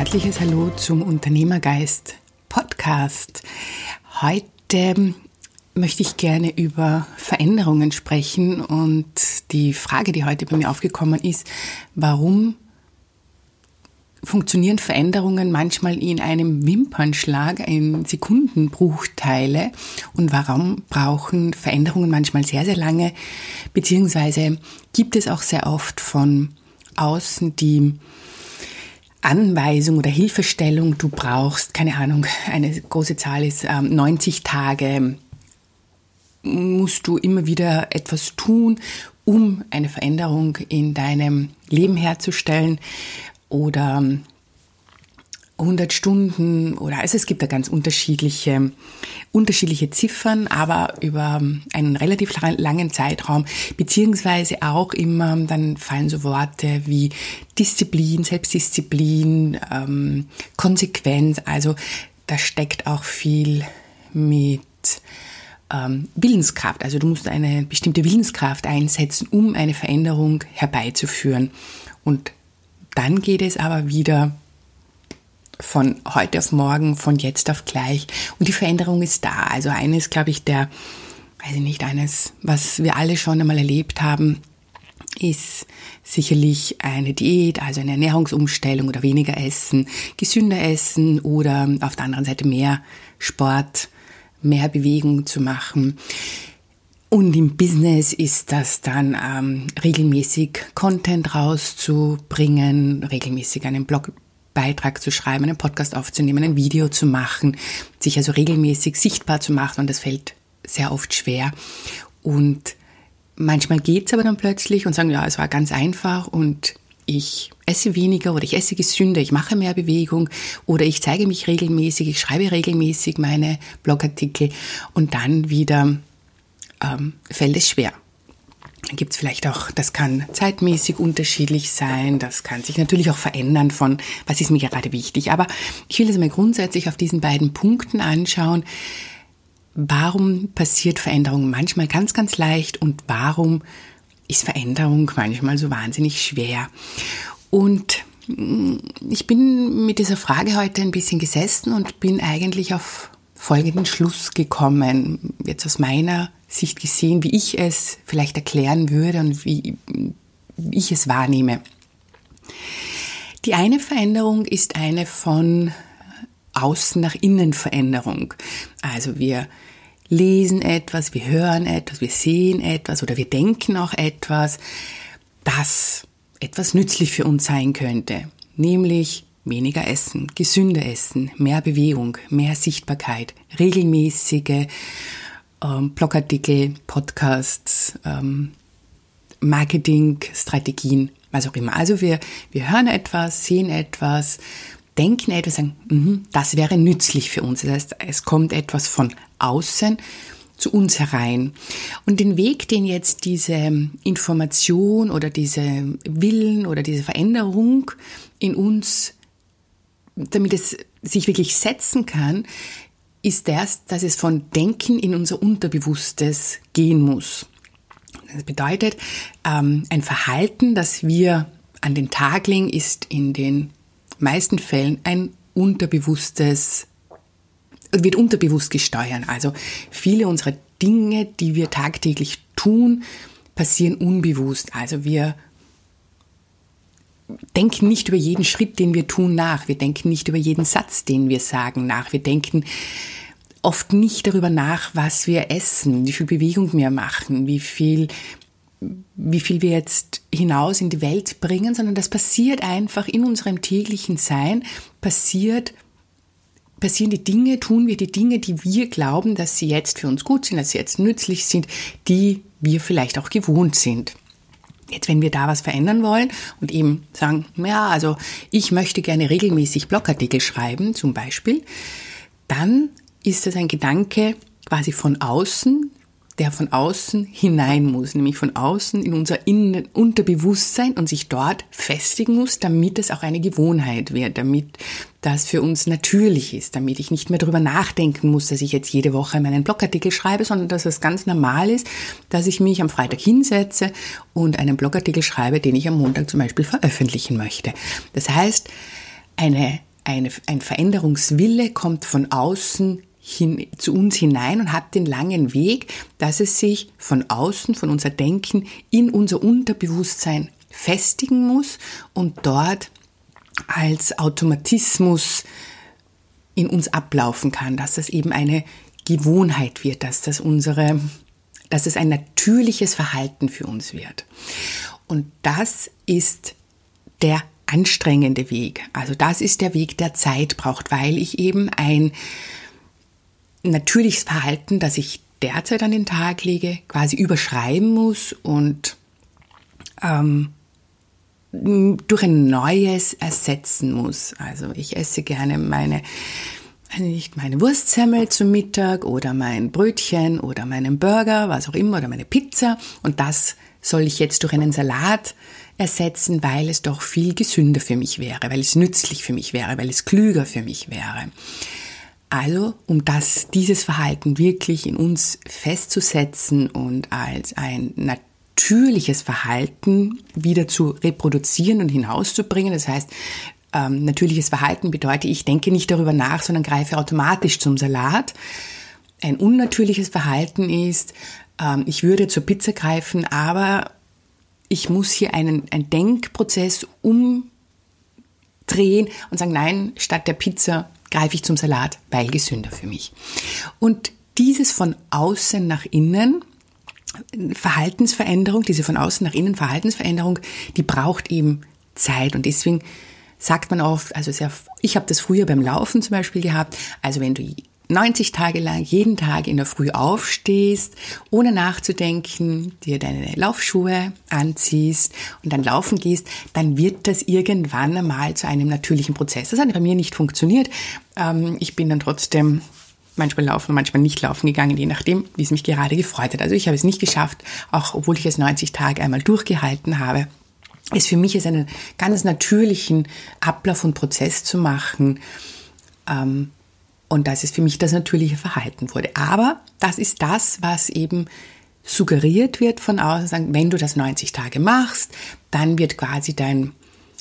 herzliches Hallo zum Unternehmergeist Podcast. Heute möchte ich gerne über Veränderungen sprechen und die Frage, die heute bei mir aufgekommen ist, warum funktionieren Veränderungen manchmal in einem Wimpernschlag, in Sekundenbruchteile, und warum brauchen Veränderungen manchmal sehr, sehr lange, beziehungsweise gibt es auch sehr oft von außen die Anweisung oder Hilfestellung, du brauchst, keine Ahnung, eine große Zahl ist 90 Tage, musst du immer wieder etwas tun, um eine Veränderung in deinem Leben herzustellen, oder 100 Stunden, oder also es gibt da ganz unterschiedliche Ziffern, aber über einen relativ langen Zeitraum, beziehungsweise auch immer, dann fallen so Worte wie Disziplin, Selbstdisziplin, Konsequenz, also da steckt auch viel mit Willenskraft, also du musst eine bestimmte Willenskraft einsetzen, um eine Veränderung herbeizuführen. Und dann geht es aber wieder von heute auf morgen, von jetzt auf gleich. Und die Veränderung ist da. Also eines, glaube ich, eines, was wir alle schon einmal erlebt haben, ist sicherlich eine Diät, also eine Ernährungsumstellung oder weniger essen, gesünder essen oder auf der anderen Seite mehr Sport, mehr Bewegung zu machen. Und im Business ist das dann regelmäßig Content rauszubringen, regelmäßig einen Blogbeitrag zu schreiben, einen Podcast aufzunehmen, ein Video zu machen, sich also regelmäßig sichtbar zu machen, und das fällt sehr oft schwer. Und manchmal geht's aber dann plötzlich und sagen, ja, es war ganz einfach und ich esse weniger oder ich esse gesünder, ich mache mehr Bewegung oder ich zeige mich regelmäßig, ich schreibe regelmäßig meine Blogartikel, und dann wieder fällt es schwer. Dann gibt es vielleicht auch, das kann zeitmäßig unterschiedlich sein, das kann sich natürlich auch verändern von, was ist mir gerade wichtig. Aber ich will es mal grundsätzlich auf diesen beiden Punkten anschauen. Warum passiert Veränderung manchmal ganz, ganz leicht und warum ist Veränderung manchmal so wahnsinnig schwer? Und ich bin mit dieser Frage heute ein bisschen gesessen und bin eigentlich auf folgenden Schluss gekommen, jetzt aus meiner Sicht gesehen, wie ich es vielleicht erklären würde und wie ich es wahrnehme. Die eine Veränderung ist eine von außen nach innen Veränderung. Also wir lesen etwas, wir hören etwas, wir sehen etwas oder wir denken auch etwas, das etwas nützlich für uns sein könnte, nämlich weniger essen, gesünder essen, mehr Bewegung, mehr Sichtbarkeit, regelmäßige Blogartikel, Podcasts, Marketingstrategien, was auch immer. Also wir hören etwas, sehen etwas, denken etwas, sagen, das wäre nützlich für uns. Das heißt, es kommt etwas von außen zu uns herein. Und den Weg, den jetzt diese Information oder diese Willen oder diese Veränderung in uns, damit es sich wirklich setzen kann, ist das, dass es von Denken in unser Unterbewusstes gehen muss. Das bedeutet, ein Verhalten, das wir an den Tag legen, ist in den meisten Fällen wird unterbewusst gesteuert. Also viele unserer Dinge, die wir tagtäglich tun, passieren unbewusst. Also wir denken nicht über jeden Schritt, den wir tun, nach. Wir denken nicht über jeden Satz, den wir sagen, nach. Wir denken oft nicht darüber nach, was wir essen, wie viel Bewegung wir machen, wie viel wir jetzt hinaus in die Welt bringen, sondern das passiert einfach in unserem täglichen Sein, passieren die Dinge, tun wir die Dinge, die wir glauben, dass sie jetzt für uns gut sind, dass sie jetzt nützlich sind, die wir vielleicht auch gewohnt sind. Jetzt, wenn wir da was verändern wollen und eben sagen, ja, also ich möchte gerne regelmäßig Blogartikel schreiben, zum Beispiel, dann ist das ein Gedanke quasi von außen, der von außen hinein muss, nämlich von außen in unser Unterbewusstsein und sich dort festigen muss, damit es auch eine Gewohnheit wird, damit das für uns natürlich ist, damit ich nicht mehr darüber nachdenken muss, dass ich jetzt jede Woche meinen Blogartikel schreibe, sondern dass es ganz normal ist, dass ich mich am Freitag hinsetze und einen Blogartikel schreibe, den ich am Montag zum Beispiel veröffentlichen möchte. Das heißt, eine ein Veränderungswille kommt von außen zu uns hinein und hat den langen Weg, dass es sich von außen, von unser Denken in unser Unterbewusstsein festigen muss und dort als Automatismus in uns ablaufen kann, dass das eben eine Gewohnheit wird, dass es ein natürliches Verhalten für uns wird. Und das ist der anstrengende Weg. Also das ist der Weg, der Zeit braucht, weil ich eben ein natürliches Verhalten, das ich derzeit an den Tag lege, quasi überschreiben muss und durch ein neues ersetzen muss. Also ich esse gerne meine Wurstsemmel zum Mittag oder mein Brötchen oder meinen Burger, was auch immer, oder meine Pizza. Und das soll ich jetzt durch einen Salat ersetzen, weil es doch viel gesünder für mich wäre, weil es nützlich für mich wäre, weil es klüger für mich wäre. Also, um dieses Verhalten wirklich in uns festzusetzen und als ein natürliches Verhalten wieder zu reproduzieren und hinauszubringen. Das heißt, natürliches Verhalten bedeutet, ich denke nicht darüber nach, sondern greife automatisch zum Salat. Ein unnatürliches Verhalten ist, ich würde zur Pizza greifen, aber ich muss hier einen Denkprozess umdrehen und sagen, nein, statt der Pizza greife ich zum Salat, weil gesünder für mich. Und dieses von außen nach innen Verhaltensveränderung, diese von außen nach innen Verhaltensveränderung, die braucht eben Zeit. Und deswegen sagt man oft, ich habe das früher beim Laufen zum Beispiel gehabt, also wenn du 90 Tage lang jeden Tag in der Früh aufstehst, ohne nachzudenken, dir deine Laufschuhe anziehst und dann laufen gehst, dann wird das irgendwann einmal zu einem natürlichen Prozess. Das hat bei mir nicht funktioniert. Ich bin dann trotzdem manchmal laufen und manchmal nicht laufen gegangen, je nachdem, wie es mich gerade gefreut hat. Also ich habe es nicht geschafft, auch obwohl ich es 90 Tage einmal durchgehalten habe, es für mich als einen ganz natürlichen Ablauf und Prozess zu machen, und dass es für mich das natürliche Verhalten wurde. Aber das ist das, was eben suggeriert wird von außen, sagen, wenn du das 90 Tage machst, dann wird quasi deine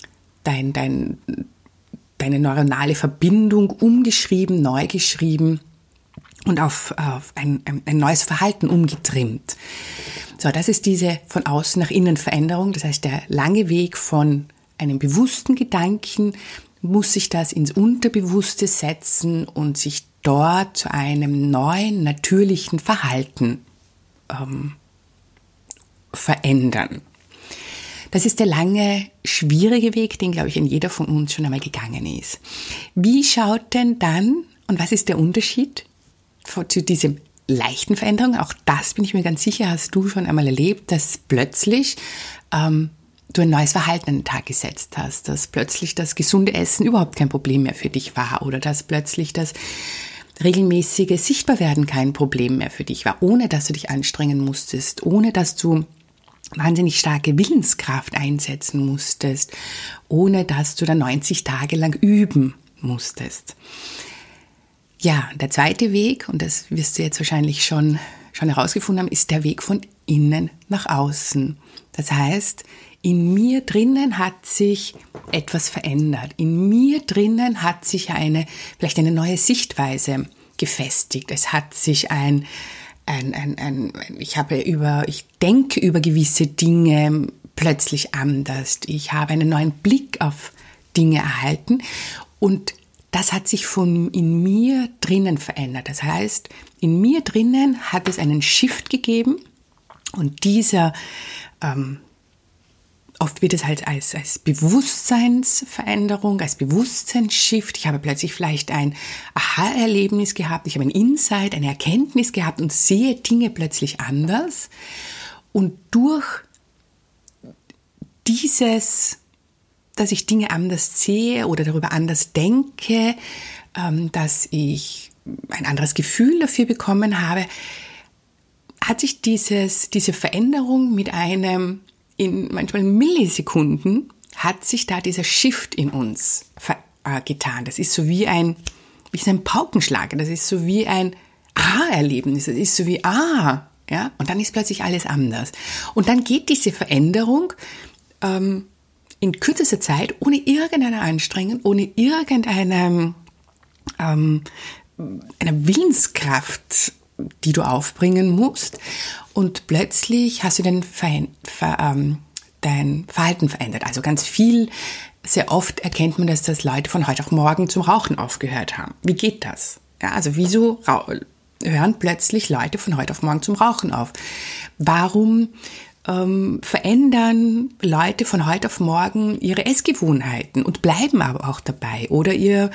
neuronale Verbindung umgeschrieben, neu geschrieben und auf ein neues Verhalten umgetrimmt. So, das ist diese von außen nach innen Veränderung. Das heißt, der lange Weg von einem bewussten Gedanken muss sich das ins Unterbewusste setzen und sich dort zu einem neuen, natürlichen Verhalten verändern. Das ist der lange, schwierige Weg, den, glaube ich, jeder von uns schon einmal gegangen ist. Wie schaut denn dann, und was ist der Unterschied zu dieser leichten Veränderung? Auch das, bin ich mir ganz sicher, hast du schon einmal erlebt, dass plötzlich du ein neues Verhalten an den Tag gesetzt hast, dass plötzlich das gesunde Essen überhaupt kein Problem mehr für dich war oder dass plötzlich das regelmäßige Sichtbarwerden kein Problem mehr für dich war, ohne dass du dich anstrengen musstest, ohne dass du wahnsinnig starke Willenskraft einsetzen musstest, ohne dass du da 90 Tage lang üben musstest. Ja, der zweite Weg, und das wirst du jetzt wahrscheinlich schon herausgefunden haben, ist der Weg von innen nach außen. Das heißt, in mir drinnen hat sich etwas verändert. In mir drinnen hat sich vielleicht eine neue Sichtweise gefestigt. Es hat sich ich denke über gewisse Dinge plötzlich anders. Ich habe einen neuen Blick auf Dinge erhalten und das hat sich in mir drinnen verändert. Das heißt, in mir drinnen hat es einen Shift gegeben und dieser oft wird es halt als Bewusstseinsveränderung, als Bewusstseinsshift. Ich habe plötzlich vielleicht ein Aha-Erlebnis gehabt, ich habe ein Insight, eine Erkenntnis gehabt und sehe Dinge plötzlich anders. Und durch dieses, dass ich Dinge anders sehe oder darüber anders denke, dass ich ein anderes Gefühl dafür bekommen habe, hat sich diese Veränderung mit in manchmal Millisekunden hat sich da dieser Shift in uns getan. Das ist so wie ein Paukenschlag. Das ist so wie ein Aha-Erlebnis. Das ist so wie ja. Und dann ist plötzlich alles anders. Und dann geht diese Veränderung in kürzester Zeit, ohne irgendeine Anstrengung, ohne irgendeine einer Willenskraft, die du aufbringen musst. Und plötzlich hast du dein Verhalten verändert. Also ganz viel, sehr oft erkennt man, dass Leute von heute auf morgen zum Rauchen aufgehört haben. Wie geht das? Ja, also wieso hören plötzlich Leute von heute auf morgen zum Rauchen auf? Warum verändern Leute von heute auf morgen ihre Essgewohnheiten und bleiben aber auch dabei? Oder ihre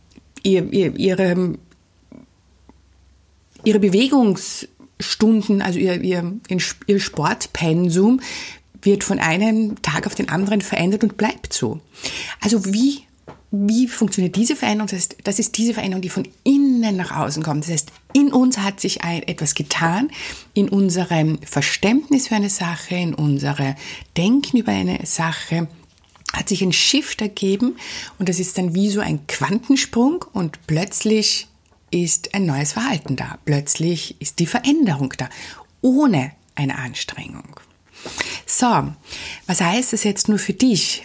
Bewegungsstunden, also ihr Sportpensum wird von einem Tag auf den anderen verändert und bleibt so. Also wie funktioniert diese Veränderung? Das ist diese Veränderung, die von innen nach außen kommt. Das heißt, in uns hat sich etwas getan, in unserem Verständnis für eine Sache, in unserem Denken über eine Sache, hat sich ein Shift ergeben und das ist dann wie so ein Quantensprung und plötzlich ist ein neues Verhalten da. Plötzlich ist die Veränderung da, ohne eine Anstrengung. So, was heißt das jetzt nur für dich?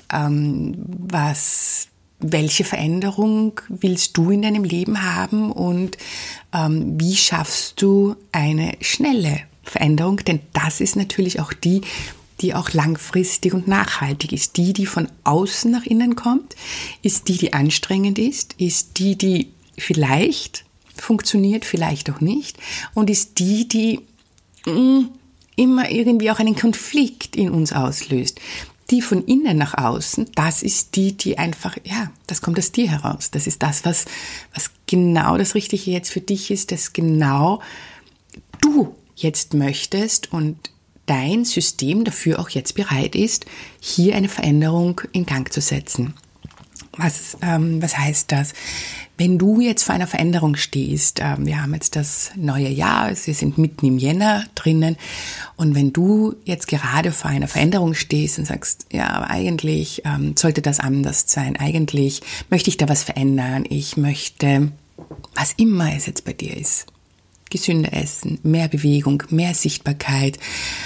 Welche Veränderung willst du in deinem Leben haben und wie schaffst du eine schnelle Veränderung? Denn das ist natürlich auch die auch langfristig und nachhaltig ist. Die von außen nach innen kommt, ist die anstrengend ist die vielleicht funktioniert, vielleicht auch nicht und ist die immer irgendwie auch einen Konflikt in uns auslöst. Die von innen nach außen, das ist die einfach, ja, das kommt aus dir heraus. Das ist das, was genau das Richtige jetzt für dich ist, das genau du jetzt möchtest und dein System dafür auch jetzt bereit ist, hier eine Veränderung in Gang zu setzen. Was heißt das? Wenn du jetzt vor einer Veränderung stehst, wir haben jetzt das neue Jahr, wir sind mitten im Jänner drinnen und wenn du jetzt gerade vor einer Veränderung stehst und sagst, ja, aber eigentlich sollte das anders sein, eigentlich möchte ich da was verändern, ich möchte, was immer es jetzt bei dir ist, gesünder essen, mehr Bewegung, mehr Sichtbarkeit,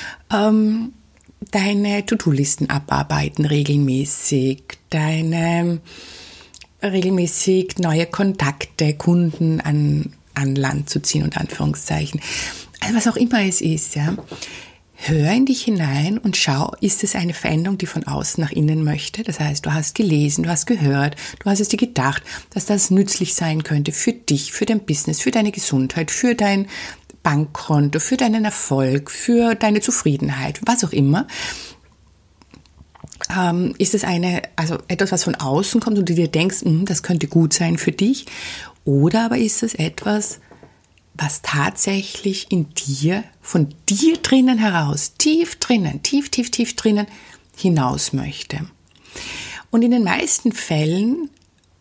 deine To-Do-Listen abarbeiten regelmäßig, regelmäßig neue Kontakte, Kunden an Land zu ziehen, unter Anführungszeichen. Also was auch immer es ist, ja. Hör in dich hinein und schau, ist es eine Veränderung, die von außen nach innen möchte? Das heißt, du hast gelesen, du hast gehört, du hast es dir gedacht, dass das nützlich sein könnte für dich, für dein Business, für deine Gesundheit, für dein Bankkonto, für deinen Erfolg, für deine Zufriedenheit, was auch immer. Ist es etwas, was von außen kommt und du dir denkst, das könnte gut sein für dich? Oder aber ist es etwas, was tatsächlich in dir, von dir drinnen heraus, tief drinnen, tief drinnen hinaus möchte? Und in den meisten Fällen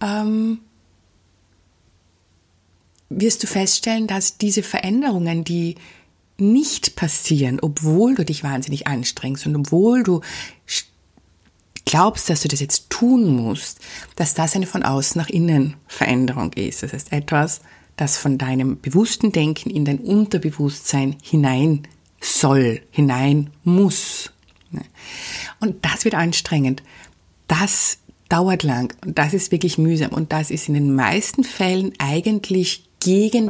wirst du feststellen, dass diese Veränderungen, die nicht passieren, obwohl du dich wahnsinnig anstrengst und obwohl du glaubst, dass du das jetzt tun musst, dass das eine von außen nach innen Veränderung ist. Das heißt etwas, das von deinem bewussten Denken in dein Unterbewusstsein hinein soll, hinein muss. Und das wird anstrengend. Das dauert lang und das ist wirklich mühsam und das ist in den meisten Fällen eigentlich gegen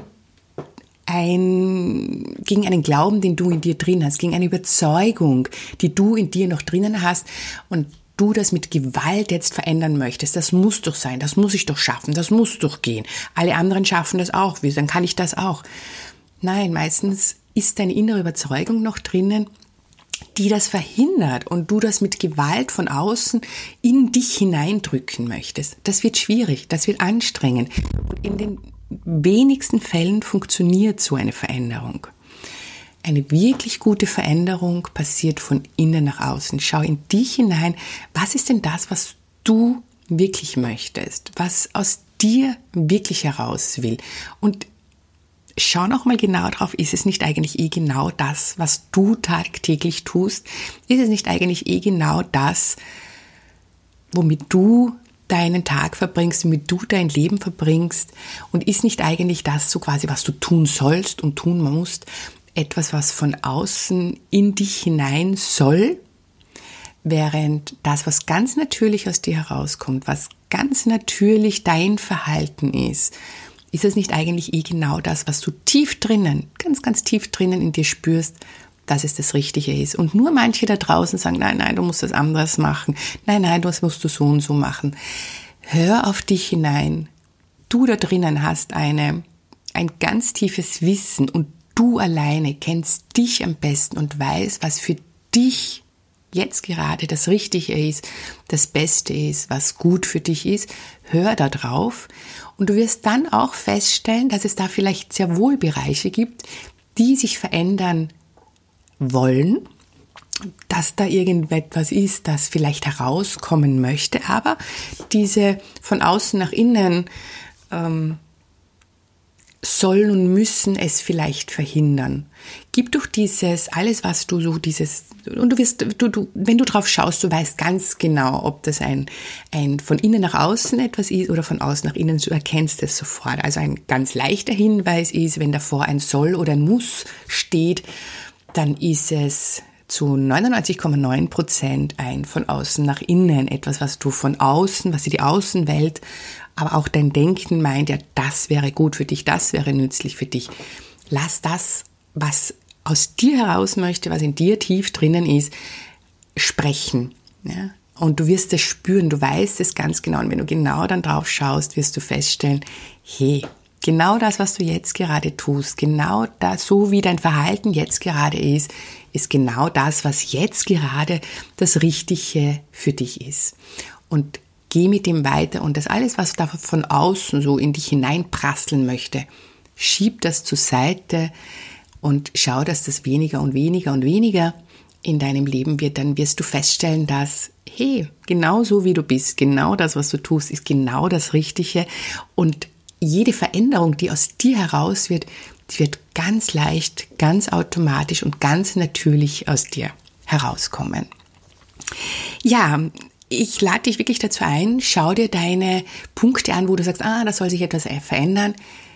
einen Glauben, den du in dir drin hast, gegen eine Überzeugung, die du in dir noch drinnen hast und du das mit Gewalt jetzt verändern möchtest. Das muss doch sein, das muss ich doch schaffen, das muss doch gehen. Alle anderen schaffen das auch, wie, dann kann ich das auch. Nein, meistens ist deine innere Überzeugung noch drinnen, die das verhindert und du das mit Gewalt von außen in dich hineindrücken möchtest. Das wird schwierig, das wird anstrengend. Und in den wenigsten Fällen funktioniert so eine Veränderung. Eine wirklich gute Veränderung passiert von innen nach außen. Schau in dich hinein, was ist denn das, was du wirklich möchtest, was aus dir wirklich heraus will. Und schau noch mal genau drauf, ist es nicht eigentlich genau das, was du tagtäglich tust? Ist es nicht eigentlich genau das, womit du deinen Tag verbringst, womit du dein Leben verbringst? Und ist nicht eigentlich das so quasi, was du tun sollst und tun musst, etwas, was von außen in dich hinein soll? während das, was ganz natürlich aus dir herauskommt, was ganz natürlich dein Verhalten ist es nicht eigentlich genau das, was du tief drinnen, ganz, ganz tief drinnen in dir spürst, dass es das Richtige ist. Und nur manche da draußen sagen, nein, du musst das anders machen. Nein, das musst du so und so machen. Hör auf dich hinein. Du da drinnen hast ein ganz tiefes Wissen und du alleine kennst dich am besten und weißt, was für dich jetzt gerade das Richtige ist, das Beste ist, was gut für dich ist. Hör da drauf und du wirst dann auch feststellen, dass es da vielleicht sehr wohl Bereiche gibt, die sich verändern wollen, dass da irgendetwas ist, das vielleicht herauskommen möchte, aber diese von außen nach innen sollen und müssen es vielleicht verhindern. Gib doch dieses, alles was du so dieses, und du wirst, wenn du drauf schaust, du weißt ganz genau, ob das ein von innen nach außen etwas ist oder von außen nach innen, du erkennst es sofort. Also ein ganz leichter Hinweis ist, wenn davor ein Soll oder ein Muss steht, dann ist es zu 99,9% ein von außen nach innen, etwas, was du von außen, was dir die Außenwelt, aber auch dein Denken meint, ja, das wäre gut für dich, das wäre nützlich für dich. Lass das, was aus dir heraus möchte, was in dir tief drinnen ist, sprechen. Ja? Und du wirst es spüren, du weißt es ganz genau. Und wenn du genau dann drauf schaust, wirst du feststellen, hey, genau das, was du jetzt gerade tust, genau das, so wie dein Verhalten jetzt gerade ist genau das, was jetzt gerade das Richtige für dich ist. Und geh mit dem weiter und das alles, was da von außen so in dich hineinprasseln möchte, schieb das zur Seite und schau, dass das weniger und weniger und weniger in deinem Leben wird. Dann wirst du feststellen, dass, hey, genau so wie du bist, genau das, was du tust, ist genau das Richtige und jede Veränderung, die aus dir heraus wird, die wird ganz leicht, ganz automatisch und ganz natürlich aus dir herauskommen. Ja, ich lade dich wirklich dazu ein, schau dir deine Punkte an, wo du sagst, da soll sich etwas verändern.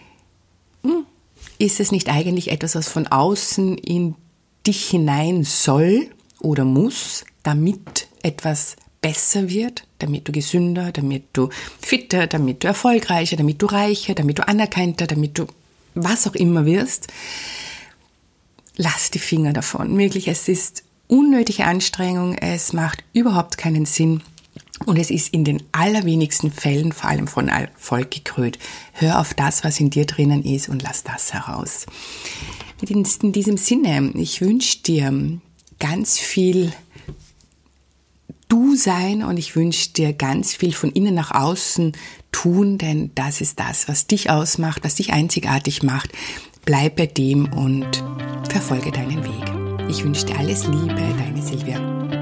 Ist es nicht eigentlich etwas, was von außen in dich hinein soll oder muss, damit etwas besser wird, damit du gesünder, damit du fitter, damit du erfolgreicher, damit du reicher, damit du anerkannter, damit du was auch immer wirst? Lass die Finger davon. Wirklich, es ist unnötige Anstrengung, es macht überhaupt keinen Sinn und es ist in den allerwenigsten Fällen vor allem von Erfolg gekrönt. Hör auf das, was in dir drinnen ist und lass das heraus. In diesem Sinne, ich wünsche dir ganz viel Du sein und ich wünsche dir ganz viel von innen nach außen tun, denn das ist das, was dich ausmacht, was dich einzigartig macht. Bleib bei dem und verfolge deinen Weg. Ich wünsche dir alles Liebe, deine Silvia.